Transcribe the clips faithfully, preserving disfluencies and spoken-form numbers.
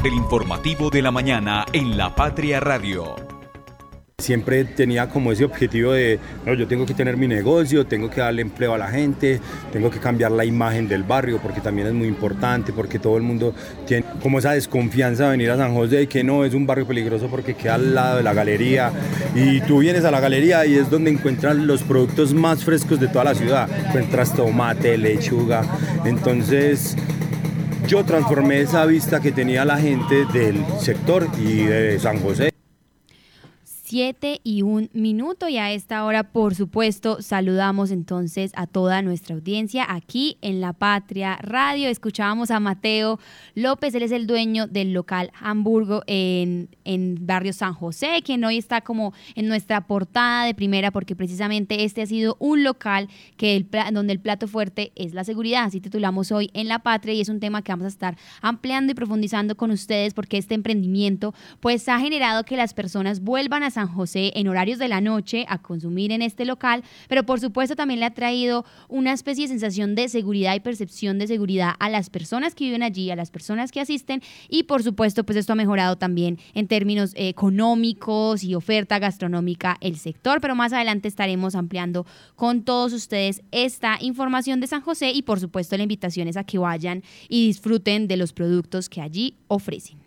el informativo de la mañana en La Patria Radio. Siempre tenía como ese objetivo de, no, yo tengo que tener mi negocio, tengo que darle empleo a la gente, tengo que cambiar la imagen del barrio, porque también es muy importante, porque todo el mundo tiene como esa desconfianza de venir a San José y que no, es un barrio peligroso porque queda al lado de la galería, y tú vienes a la galería y es donde encuentras los productos más frescos de toda la ciudad, encuentras tomate, lechuga, entonces yo transformé esa vista que tenía la gente del sector y de San José. Siete y un minuto, y a esta hora, por supuesto, saludamos entonces a toda nuestra audiencia aquí en La Patria Radio. Escuchábamos a Mateo López, él es el dueño del local Hamburgo en, en barrio San José, quien hoy está como en nuestra portada de primera, porque precisamente este ha sido un local que el, donde el plato fuerte es la seguridad. Así titulamos hoy en La Patria, y es un tema que vamos a estar ampliando y profundizando con ustedes, porque este emprendimiento pues ha generado que las personas vuelvan a San José en horarios de la noche a consumir en este local, pero por supuesto también le ha traído una especie de sensación de seguridad y percepción de seguridad a las personas que viven allí, a las personas que asisten, y por supuesto pues esto ha mejorado también en términos eh, económicos y oferta gastronómica el sector, pero más adelante estaremos ampliando con todos ustedes esta información de San José, y por supuesto la invitación es a que vayan y disfruten de los productos que allí ofrecen.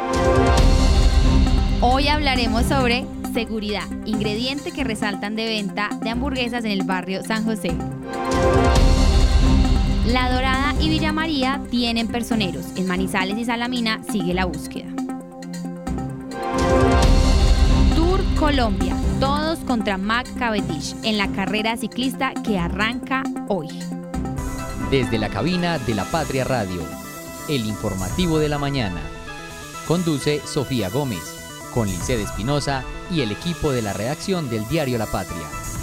Hoy hablaremos sobre seguridad, ingrediente que resaltan de venta de hamburguesas en el barrio San José. La Dorada y Villa María tienen personeros. En Manizales y Salamina sigue la búsqueda. Tour Colombia, todos contra Mac Cavendish en la carrera ciclista que arranca hoy. Desde la cabina de La Patria Radio, el informativo de la mañana. Conduce Sofía Gómez, con Liced Espinosa y el equipo de la redacción del diario La Patria.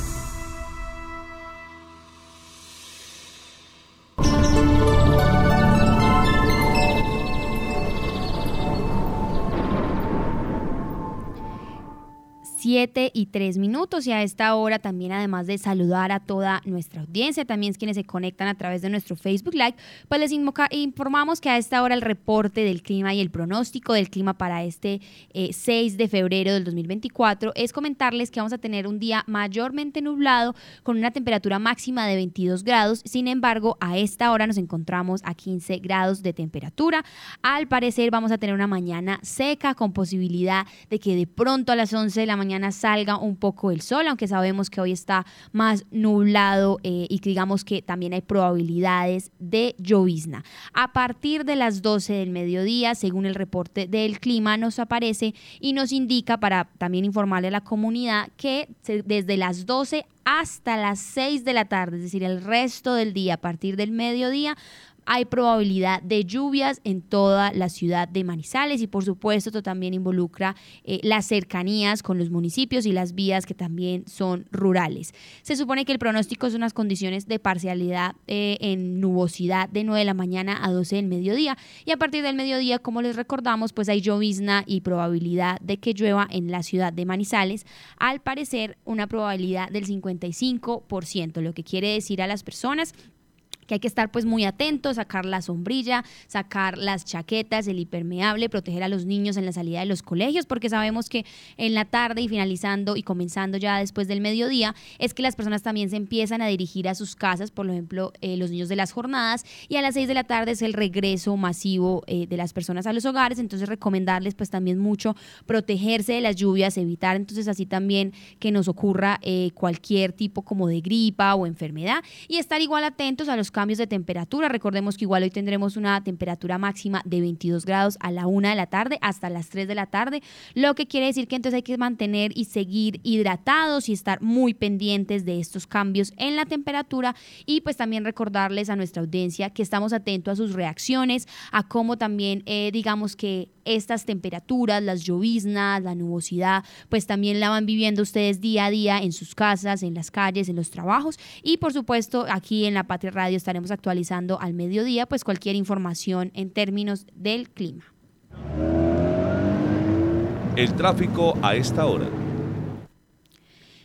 Siete y tres minutos, y a esta hora también, además de saludar a toda nuestra audiencia, también quienes se conectan a través de nuestro Facebook Live, pues les informamos que a esta hora el reporte del clima y el pronóstico del clima para este eh, seis de febrero del dos mil veinticuatro es comentarles que vamos a tener un día mayormente nublado con una temperatura máxima de veintidós grados. Sin embargo, a esta hora nos encontramos a quince grados de temperatura. Al parecer vamos a tener una mañana seca con posibilidad de que de pronto a las once de la mañana salga un poco el sol, aunque sabemos que hoy está más nublado eh, y que digamos que también hay probabilidades de llovizna. A partir de las doce del mediodía, según el reporte del clima, nos aparece y nos indica, para también informarle a la comunidad, que desde las doce hasta las seis de la tarde, es decir, el resto del día, a partir del mediodía, hay probabilidad de lluvias en toda la ciudad de Manizales, y por supuesto esto también involucra eh, las cercanías con los municipios y las vías que también son rurales. Se supone que el pronóstico es unas condiciones de parcialidad eh, en nubosidad de nueve de la mañana a doce del mediodía, y a partir del mediodía, como les recordamos, pues hay llovizna y probabilidad de que llueva en la ciudad de Manizales. Al parecer, una probabilidad del cincuenta y cinco por ciento, lo que quiere decir a las personas que hay que estar pues muy atentos, sacar la sombrilla, sacar las chaquetas, el impermeable, proteger a los niños en la salida de los colegios, porque sabemos que en la tarde y finalizando y comenzando ya después del mediodía es que las personas también se empiezan a dirigir a sus casas, por ejemplo eh, los niños de las jornadas, y a las seis de la tarde es el regreso masivo eh, de las personas a los hogares. Entonces recomendarles pues también mucho protegerse de las lluvias, evitar entonces así también que nos ocurra eh, cualquier tipo como de gripa o enfermedad, y estar igual atentos a los cambios de temperatura. Recordemos que igual hoy tendremos una temperatura máxima de veintidós grados a la una de la tarde hasta las tres de la tarde, lo que quiere decir que entonces hay que mantener y seguir hidratados y estar muy pendientes de estos cambios en la temperatura, y pues también recordarles a nuestra audiencia que estamos atentos a sus reacciones, a cómo también eh, digamos que estas temperaturas, las lloviznas, la nubosidad, pues también la van viviendo ustedes día a día en sus casas, en las calles, en los trabajos, y por supuesto aquí en La Patria Radio estaremos actualizando al mediodía pues cualquier información en términos del clima. El tráfico a esta hora.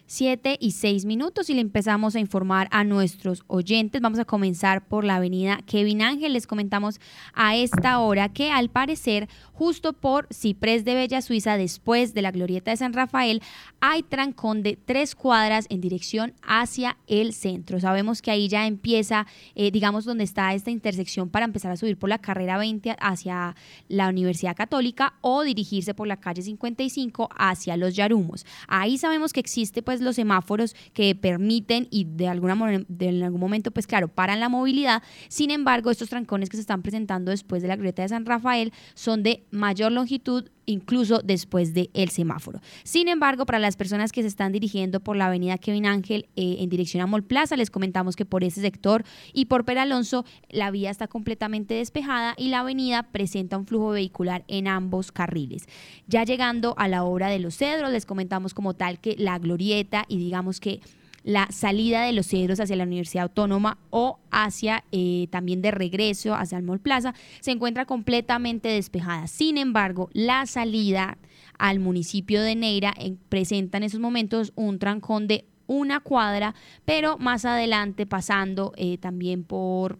siete y seis minutos y le empezamos a informar a nuestros oyentes. Vamos a comenzar por la avenida Kevin Ángel. Les comentamos a esta hora que al parecer justo por Ciprés de Bella Suiza, después de la glorieta de San Rafael, hay trancón de tres cuadras en dirección hacia el centro. Sabemos que ahí ya empieza, eh, digamos, donde está esta intersección para empezar a subir por la carrera veinte hacia la Universidad Católica o dirigirse por la calle cincuenta y cinco hacia Los Yarumos. Ahí sabemos que existe pues los semáforos que permiten y de alguna de en algún momento pues claro paran la movilidad. Sin embargo, estos trancones que se están presentando después de la glorieta de San Rafael son de mayor longitud, incluso después del semáforo. Sin embargo, para las personas que se están dirigiendo por la avenida Kevin Ángel eh, en dirección a Mall Plaza, les comentamos que por ese sector y por Peralonso la vía está completamente despejada y la avenida presenta un flujo vehicular en ambos carriles. Ya llegando a la hora de Los Cedros, les comentamos como tal que la glorieta y digamos que la salida de Los Cedros hacia la Universidad Autónoma o hacia eh, también de regreso hacia el Mall Plaza se encuentra completamente despejada. Sin embargo, la salida al municipio de Neira en, presenta en esos momentos un trancón de una cuadra, pero más adelante pasando eh, también por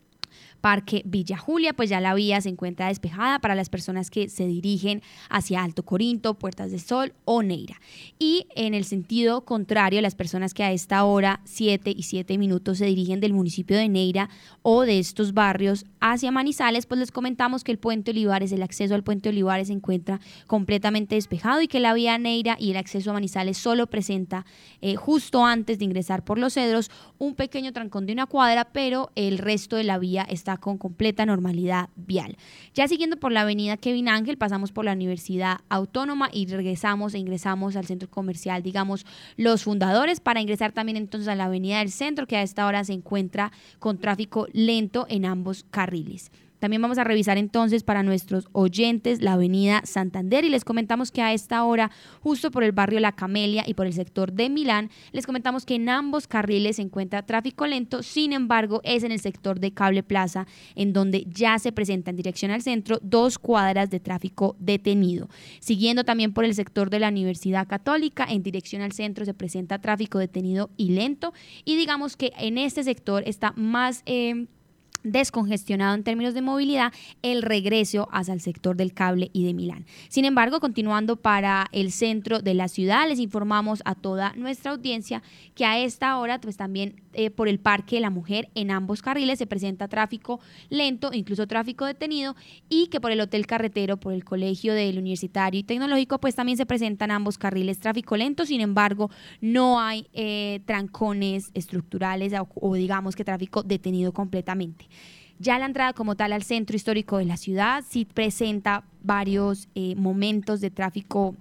Parque Villa Julia, pues ya la vía se encuentra despejada para las personas que se dirigen hacia Alto Corinto, Puertas de Sol o Neira. Y en el sentido contrario, las personas que a esta hora, siete y siete minutos, se dirigen del municipio de Neira o de estos barrios hacia Manizales, pues les comentamos que el Puente Olivares, el acceso al Puente Olivares se encuentra completamente despejado y que la vía Neira y el acceso a Manizales solo presenta eh, justo antes de ingresar por Los Cedros un pequeño trancón de una cuadra, pero el resto de la vía está con completa normalidad vial. Ya siguiendo por la avenida Kevin Ángel, pasamos por la Universidad Autónoma y regresamos e ingresamos al centro comercial, digamos, Los Fundadores, para ingresar también entonces a la avenida del Centro, que a esta hora se encuentra con tráfico lento en ambos carriles. También vamos a revisar entonces para nuestros oyentes la avenida Santander y les comentamos que a esta hora, justo por el barrio La Camelia y por el sector de Milán, les comentamos que en ambos carriles se encuentra tráfico lento. Sin embargo, es en el sector de Cable Plaza en donde ya se presenta en dirección al centro dos cuadras de tráfico detenido. Siguiendo también por el sector de la Universidad Católica, en dirección al centro se presenta tráfico detenido y lento, y digamos que en este sector está más Eh, descongestionado en términos de movilidad el regreso hacia el sector del Cable y de Milán. Sin embargo, continuando para el centro de la ciudad, les informamos a toda nuestra audiencia que a esta hora pues también eh, por el Parque de la Mujer en ambos carriles se presenta tráfico lento, incluso tráfico detenido, y que por el Hotel Carretero, por el Colegio del Universitario y Tecnológico, pues también se presentan ambos carriles tráfico lento. Sin embargo, no hay eh, trancones estructurales o, o digamos que tráfico detenido completamente. Ya la entrada como tal al centro histórico de la ciudad sí presenta varios eh, momentos de tráfico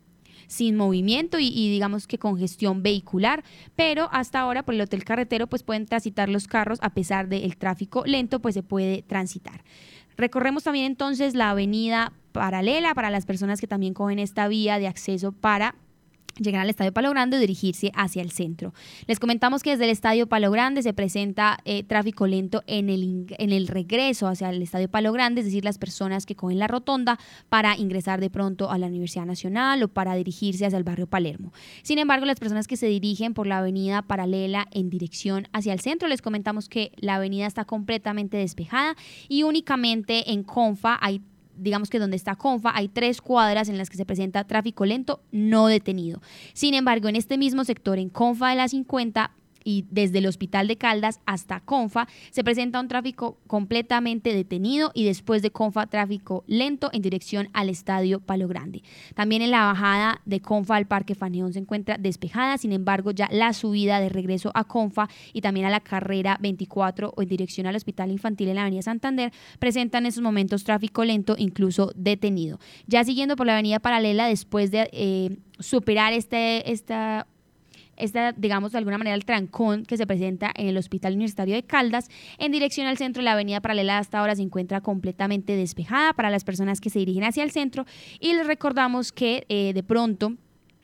sin movimiento y, y digamos que congestión vehicular, pero hasta ahora por el Hotel Carretero pues pueden transitar los carros, a pesar del tráfico lento pues se puede transitar. Recorremos también entonces la avenida Paralela para las personas que también cogen esta vía de acceso para llegar al Estadio Palo Grande o dirigirse hacia el centro. Les comentamos que desde el Estadio Palo Grande se presenta eh, tráfico lento en el, en el regreso hacia el Estadio Palo Grande, es decir, las personas que cogen la rotonda para ingresar de pronto a la Universidad Nacional o para dirigirse hacia el barrio Palermo. Sin embargo, las personas que se dirigen por la avenida Paralela en dirección hacia el centro, les comentamos que la avenida está completamente despejada y únicamente en Confa hay digamos que donde está Confa, hay tres cuadras en las que se presenta tráfico lento no detenido. Sin embargo, en este mismo sector, en Confa de la cincuenta, y desde el Hospital de Caldas hasta Confa se presenta un tráfico completamente detenido y después de Confa tráfico lento en dirección al Estadio Palo Grande. También en la bajada de Confa al Parque Faneón se encuentra despejada, sin embargo ya la subida de regreso a Confa y también a la carrera veinticuatro o en dirección al Hospital Infantil en la avenida Santander presentan en esos momentos tráfico lento, incluso detenido. Ya siguiendo por la avenida Paralela, después de eh, superar este, esta Esta, digamos, de alguna manera el trancón que se presenta en el Hospital Universitario de Caldas, en dirección al centro, la avenida Paralela hasta ahora se encuentra completamente despejada para las personas que se dirigen hacia el centro y les recordamos que eh, de pronto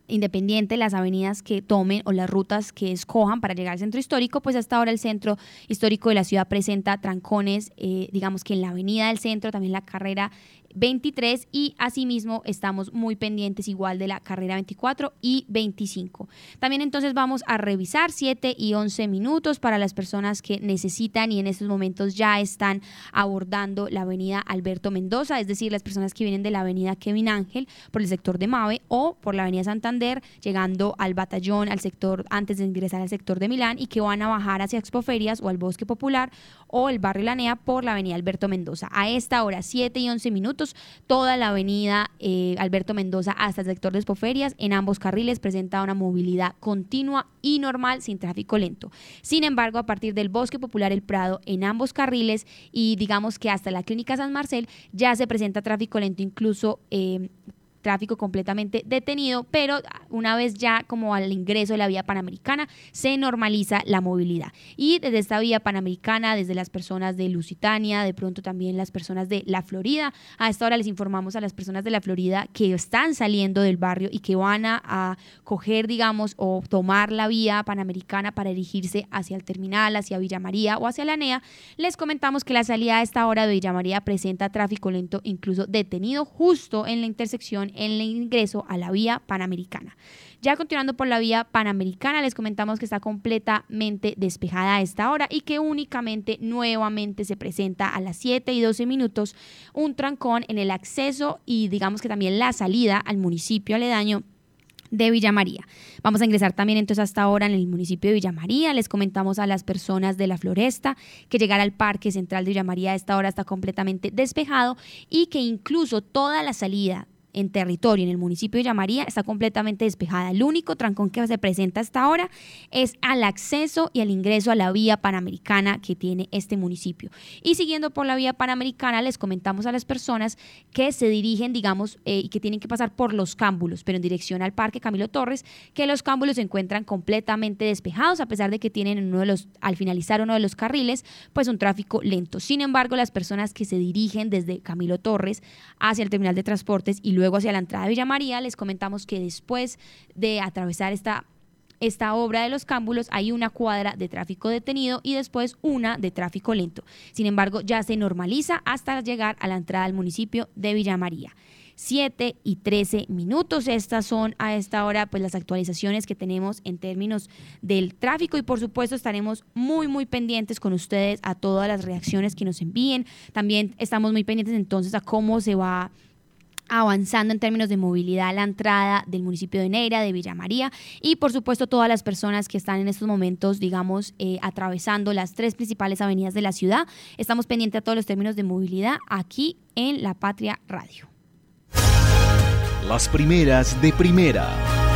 independiente de las avenidas que tomen o las rutas que escojan para llegar al centro histórico, pues hasta ahora el centro histórico de la ciudad presenta trancones, eh, digamos que en la avenida del centro, también la carrera veintitrés, y asimismo estamos muy pendientes igual de la carrera veinticuatro y veinticinco. También entonces vamos a revisar siete y once minutos para las personas que necesitan y en estos momentos ya están abordando la avenida Alberto Mendoza, es decir, las personas que vienen de la avenida Kevin Ángel por el sector de Mave o por la avenida Santander, llegando al Batallón, al sector, antes de ingresar al sector de Milán, y que van a bajar hacia Expoferias o al Bosque Popular o el barrio La Nea por la avenida Alberto Mendoza. A esta hora, siete y once minutos, toda la avenida eh, Alberto Mendoza hasta el sector de Expoferias en ambos carriles presenta una movilidad continua y normal sin tráfico lento. Sin embargo, a partir del Bosque Popular El Prado en ambos carriles y digamos que hasta la Clínica San Marcel ya se presenta tráfico lento, incluso eh, tráfico completamente detenido, pero una vez ya como al ingreso de la vía Panamericana se normaliza la movilidad. Y desde esta vía Panamericana, desde las personas de Lusitania, de pronto también las personas de La Florida, a esta hora les informamos a las personas de La Florida que están saliendo del barrio y que van a, a coger, digamos, o tomar la vía Panamericana para dirigirse hacia el terminal, hacia Villa María o hacia la N E A, les comentamos que la salida a esta hora de Villa María presenta tráfico lento, incluso detenido, justo en la intersección en el ingreso a la vía Panamericana. Ya continuando por la vía Panamericana, les comentamos que está completamente despejada a esta hora y que únicamente nuevamente se presenta a las siete y doce minutos un trancón en el acceso y digamos que también la salida al municipio aledaño de Villa María. Vamos a ingresar también entonces hasta ahora en el municipio de Villa María. Les comentamos a las personas de La Floresta que llegar al Parque Central de Villa María a esta hora está completamente despejado y que incluso toda la salida en territorio en el municipio de Villa María está completamente despejada. El único trancón que se presenta hasta ahora es al acceso y al ingreso a la vía Panamericana que tiene este municipio. Y siguiendo por la vía Panamericana, les comentamos a las personas que se dirigen, digamos, eh, y que tienen que pasar por los cámbulos, pero en dirección al Parque Camilo Torres, que los cámbulos se encuentran completamente despejados, a pesar de que tienen en uno de los, al finalizar uno de los carriles, pues un tráfico lento. Sin embargo, las personas que se dirigen desde Camilo Torres hacia el terminal de transportes y luego Luego hacia la entrada de Villa María, les comentamos que después de atravesar esta, esta obra de los cámbulos hay una cuadra de tráfico detenido y después una de tráfico lento. Sin embargo, ya se normaliza hasta llegar a la entrada al municipio de Villa María. siete y trece minutos. Estas son a esta hora pues las actualizaciones que tenemos en términos del tráfico y por supuesto estaremos muy muy pendientes con ustedes a todas las reacciones que nos envíen. También estamos muy pendientes entonces a cómo se va avanzando en términos de movilidad a la entrada del municipio de Neira, de Villa María y por supuesto todas las personas que están en estos momentos, digamos, eh, atravesando las tres principales avenidas de la ciudad. Estamos pendientes a todos los términos de movilidad aquí en La Patria Radio. Las primeras de primera.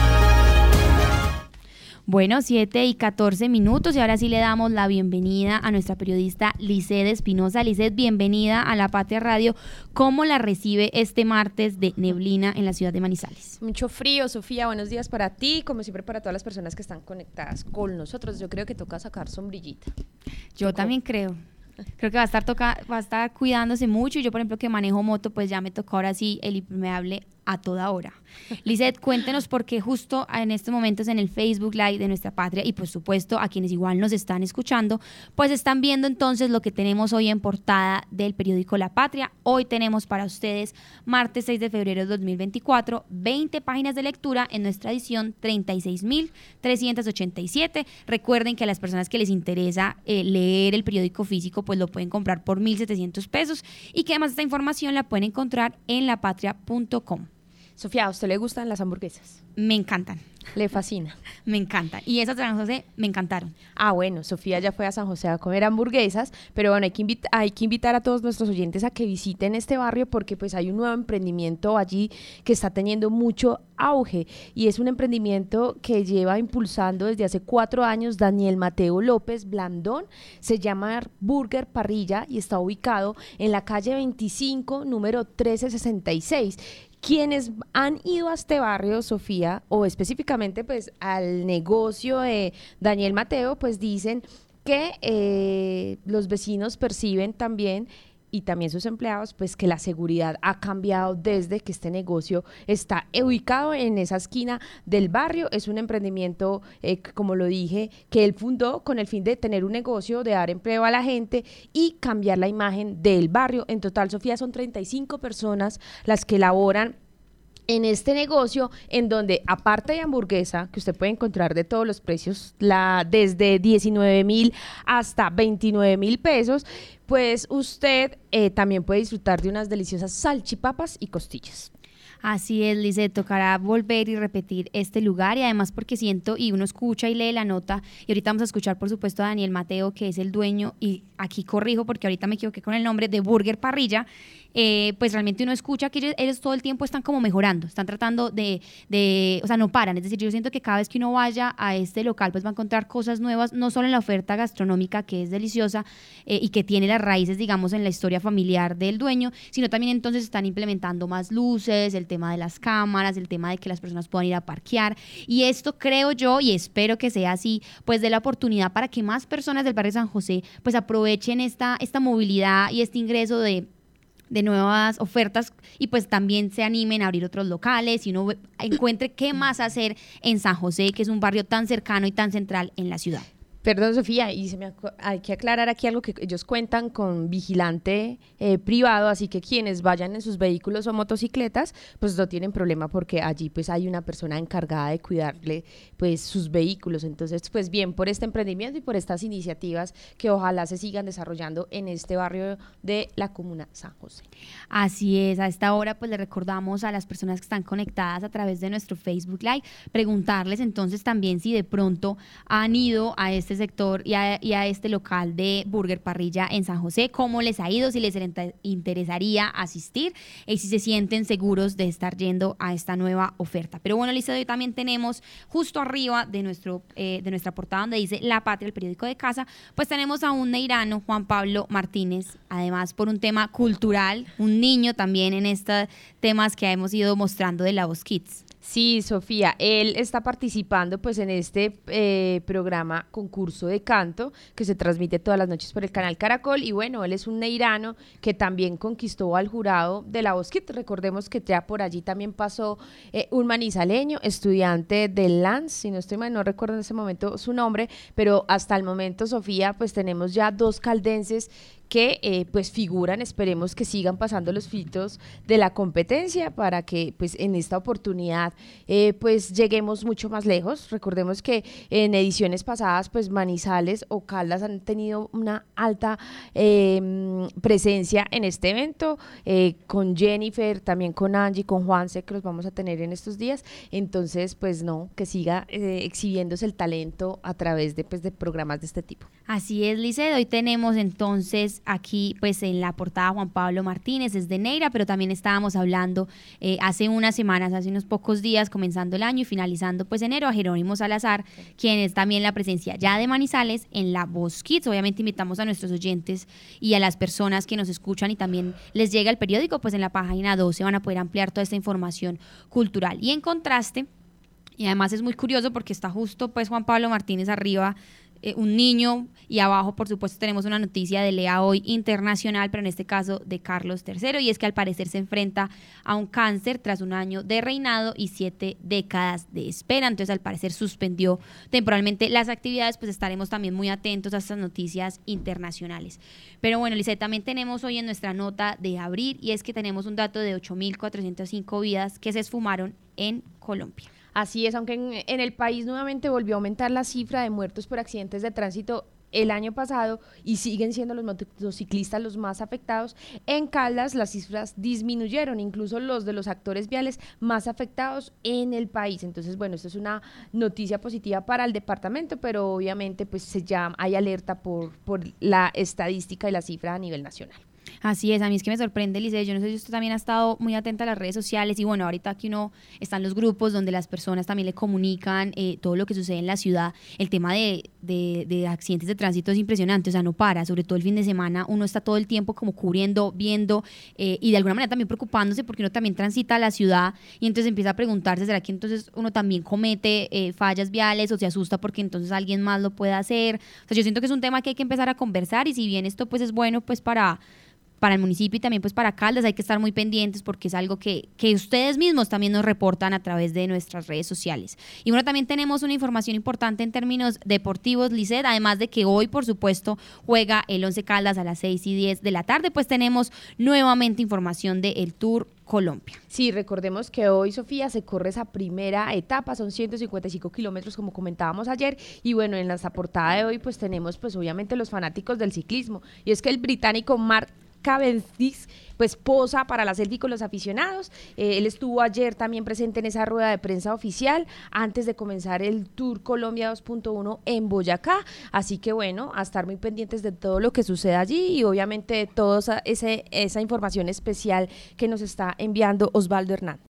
Bueno, siete y catorce minutos y ahora sí le damos la bienvenida a nuestra periodista Lisset Espinosa. Lisset, bienvenida a La Patria Radio. ¿Cómo la recibe este martes de neblina en la ciudad de Manizales? Mucho frío, Sofía. Buenos días para ti, como siempre para todas las personas que están conectadas con nosotros. Yo creo que toca sacar sombrillita. Yo Tocó. también creo. Creo que va a estar toca, va a estar cuidándose mucho. Yo, por ejemplo, que manejo moto, pues ya me tocó ahora sí el impermeable a toda hora. Lisset, cuéntenos por qué justo en estos momentos en el Facebook Live de Nuestra Patria y por supuesto a quienes igual nos están escuchando, pues están viendo entonces lo que tenemos hoy en portada del periódico La Patria. Hoy tenemos para ustedes, martes seis de febrero de dos mil veinticuatro, veinte páginas de lectura en nuestra edición treinta y seis mil trescientos ochenta y siete. Recuerden que a las personas que les interesa eh, leer el periódico físico, pues lo pueden comprar por mil setecientos pesos y que además esta información la pueden encontrar en la patria punto com. Sofía, ¿a usted le gustan las hamburguesas? Me encantan. Le fascina. Me encanta. Y esas de San José me encantaron. Ah, bueno, Sofía ya fue a San José a comer hamburguesas, pero bueno, hay que, invita- hay que invitar a todos nuestros oyentes a que visiten este barrio porque pues hay un nuevo emprendimiento allí que está teniendo mucho auge y es un emprendimiento que lleva impulsando desde hace cuatro años Daniel Mateo López Blandón. Se llama Burger Parrilla y está ubicado en la calle veinticinco, número trece sesenta y seis. Quienes han ido a este barrio, Sofía, o específicamente pues al negocio de Daniel Mateo, pues dicen que eh, los vecinos perciben también y también sus empleados, pues que la seguridad ha cambiado desde que este negocio está ubicado en esa esquina del barrio. Es un emprendimiento, eh, como lo dije, que él fundó con el fin de tener un negocio, de dar empleo a la gente y cambiar la imagen del barrio. En total, Sofía, son treinta y cinco personas las que laboran en este negocio, en donde aparte de hamburguesa, que usted puede encontrar de todos los precios, la, desde diecinueve mil hasta veintinueve mil pesos, pues usted eh, también puede disfrutar de unas deliciosas salchipapas y costillas. Así es, Lice, tocará volver y repetir este lugar, y además porque siento, y uno escucha y lee la nota, y ahorita vamos a escuchar por supuesto a Daniel Mateo, que es el dueño, y aquí corrijo porque ahorita me equivoqué con el nombre, de Burger Parrilla. Eh, pues realmente uno escucha que ellos, ellos todo el tiempo están como mejorando, están tratando de, de, o sea, no paran. Es decir, yo siento que cada vez que uno vaya a este local, pues va a encontrar cosas nuevas, no solo en la oferta gastronómica, que es deliciosa eh, y que tiene las raíces, digamos, en la historia familiar del dueño, sino también entonces están implementando más luces, el tema de las cámaras, el tema de que las personas puedan ir a parquear, y esto creo yo, y espero que sea así, pues dé la oportunidad para que más personas del barrio San José pues aprovechen esta, esta movilidad y este ingreso de de nuevas ofertas, y pues también se animen a abrir otros locales y uno encuentre qué más hacer en San José, que es un barrio tan cercano y tan central en la ciudad. Perdón, Sofía, y se me ac- hay que aclarar aquí algo, que ellos cuentan con vigilante eh, privado, así que quienes vayan en sus vehículos o motocicletas, pues no tienen problema, porque allí pues hay una persona encargada de cuidarle pues sus vehículos. Entonces, pues bien por este emprendimiento y por estas iniciativas que ojalá se sigan desarrollando en este barrio de la comuna San José. Así es, a esta hora pues le recordamos a las personas que están conectadas a través de nuestro Facebook Live, preguntarles entonces también si de pronto han ido a este sector y a, y a este local de Burger Parrilla en San José, cómo les ha ido, si les interesaría asistir y si se sienten seguros de estar yendo a esta nueva oferta. Pero bueno, Lice, hoy también tenemos justo arriba de, nuestro, eh, de nuestra portada donde dice La Patria, el periódico de casa, pues tenemos a un neirano, Juan Pablo Martínez, además por un tema cultural, un niño también en estos temas que hemos ido mostrando de La Voz Kids. Sí, Sofía, él está participando pues en este eh, programa concurso de canto que se transmite todas las noches por el canal Caracol, y bueno, él es un neirano que también conquistó al jurado de La Voz Kids. Recordemos que ya por allí también pasó eh, un manizaleño, estudiante del Lance, si no estoy mal, no recuerdo en ese momento su nombre, pero hasta el momento, Sofía, pues tenemos ya dos caldenses que eh, pues figuran, esperemos que sigan pasando los filtros de la competencia para que pues en esta oportunidad eh, pues lleguemos mucho más lejos. Recordemos que en ediciones pasadas pues Manizales o Caldas han tenido una alta eh, presencia en este evento, eh, con Jennifer, también con Angie, con Juanse, que los vamos a tener en estos días. Entonces pues no, que siga eh, exhibiéndose el talento a través de, pues, de programas de este tipo. Así es, Lice, hoy tenemos entonces aquí pues en la portada Juan Pablo Martínez, es de Neira, pero también estábamos hablando eh, hace unas semanas, hace unos pocos días, comenzando el año y finalizando pues enero, a Jerónimo Salazar, quien es también la presencia ya de Manizales en La Voz Kids. Obviamente invitamos a nuestros oyentes y a las personas que nos escuchan y también les llega el periódico, pues en la página doce van a poder ampliar toda esta información cultural. Y en contraste, y además es muy curioso porque está justo pues Juan Pablo Martínez arriba, Eh, un niño, y abajo por supuesto tenemos una noticia de Lea Hoy Internacional, pero en este caso de Carlos tercero, y es que al parecer se enfrenta a un cáncer tras un año de reinado y siete décadas de espera. Entonces al parecer suspendió temporalmente las actividades, pues estaremos también muy atentos a estas noticias internacionales. Pero bueno, Lice, también tenemos hoy en nuestra nota de abril, y es que tenemos un dato de ocho mil cuatrocientas cinco vidas que se esfumaron en Colombia. Así es, aunque en, en el país nuevamente volvió a aumentar la cifra de muertos por accidentes de tránsito el año pasado y siguen siendo los motociclistas los más afectados, en Caldas las cifras disminuyeron, incluso los de los actores viales más afectados en el país. Entonces, bueno, esto es una noticia positiva para el departamento, pero obviamente pues ya hay alerta por, por la estadística y la cifra a nivel nacional. Así es, a mí es que me sorprende, Lice, yo no sé si usted también ha estado muy atenta a las redes sociales, y bueno, ahorita aquí uno están los grupos donde las personas también le comunican eh, todo lo que sucede en la ciudad. El tema de, de, de accidentes de tránsito es impresionante, o sea, no para, sobre todo el fin de semana, uno está todo el tiempo como cubriendo, viendo eh, y de alguna manera también preocupándose porque uno también transita la ciudad y entonces empieza a preguntarse, ¿será que entonces uno también comete eh, fallas viales o se asusta porque entonces alguien más lo puede hacer? O sea, yo siento que es un tema que hay que empezar a conversar, y si bien esto pues es bueno pues para para el municipio y también pues para Caldas. Hay que estar muy pendientes porque es algo que, que ustedes mismos también nos reportan a través de nuestras redes sociales. Y bueno, también tenemos una información importante en términos deportivos, Lisset, además de que hoy, por supuesto, juega el Once Caldas a las seis y diez de la tarde, pues tenemos nuevamente información del Tour Colombia. Sí, recordemos que hoy, Sofía, se corre esa primera etapa, son ciento cincuenta y cinco kilómetros, como comentábamos ayer, y bueno, en la portada de hoy, pues tenemos, pues obviamente, los fanáticos del ciclismo, y es que el británico Mark Cavendish pues posa para la selfie con los aficionados. Eh, él estuvo ayer también presente en esa rueda de prensa oficial antes de comenzar el Tour Colombia dos punto uno en Boyacá, así que bueno, a estar muy pendientes de todo lo que sucede allí y obviamente de toda esa, esa información especial que nos está enviando Osvaldo Hernández.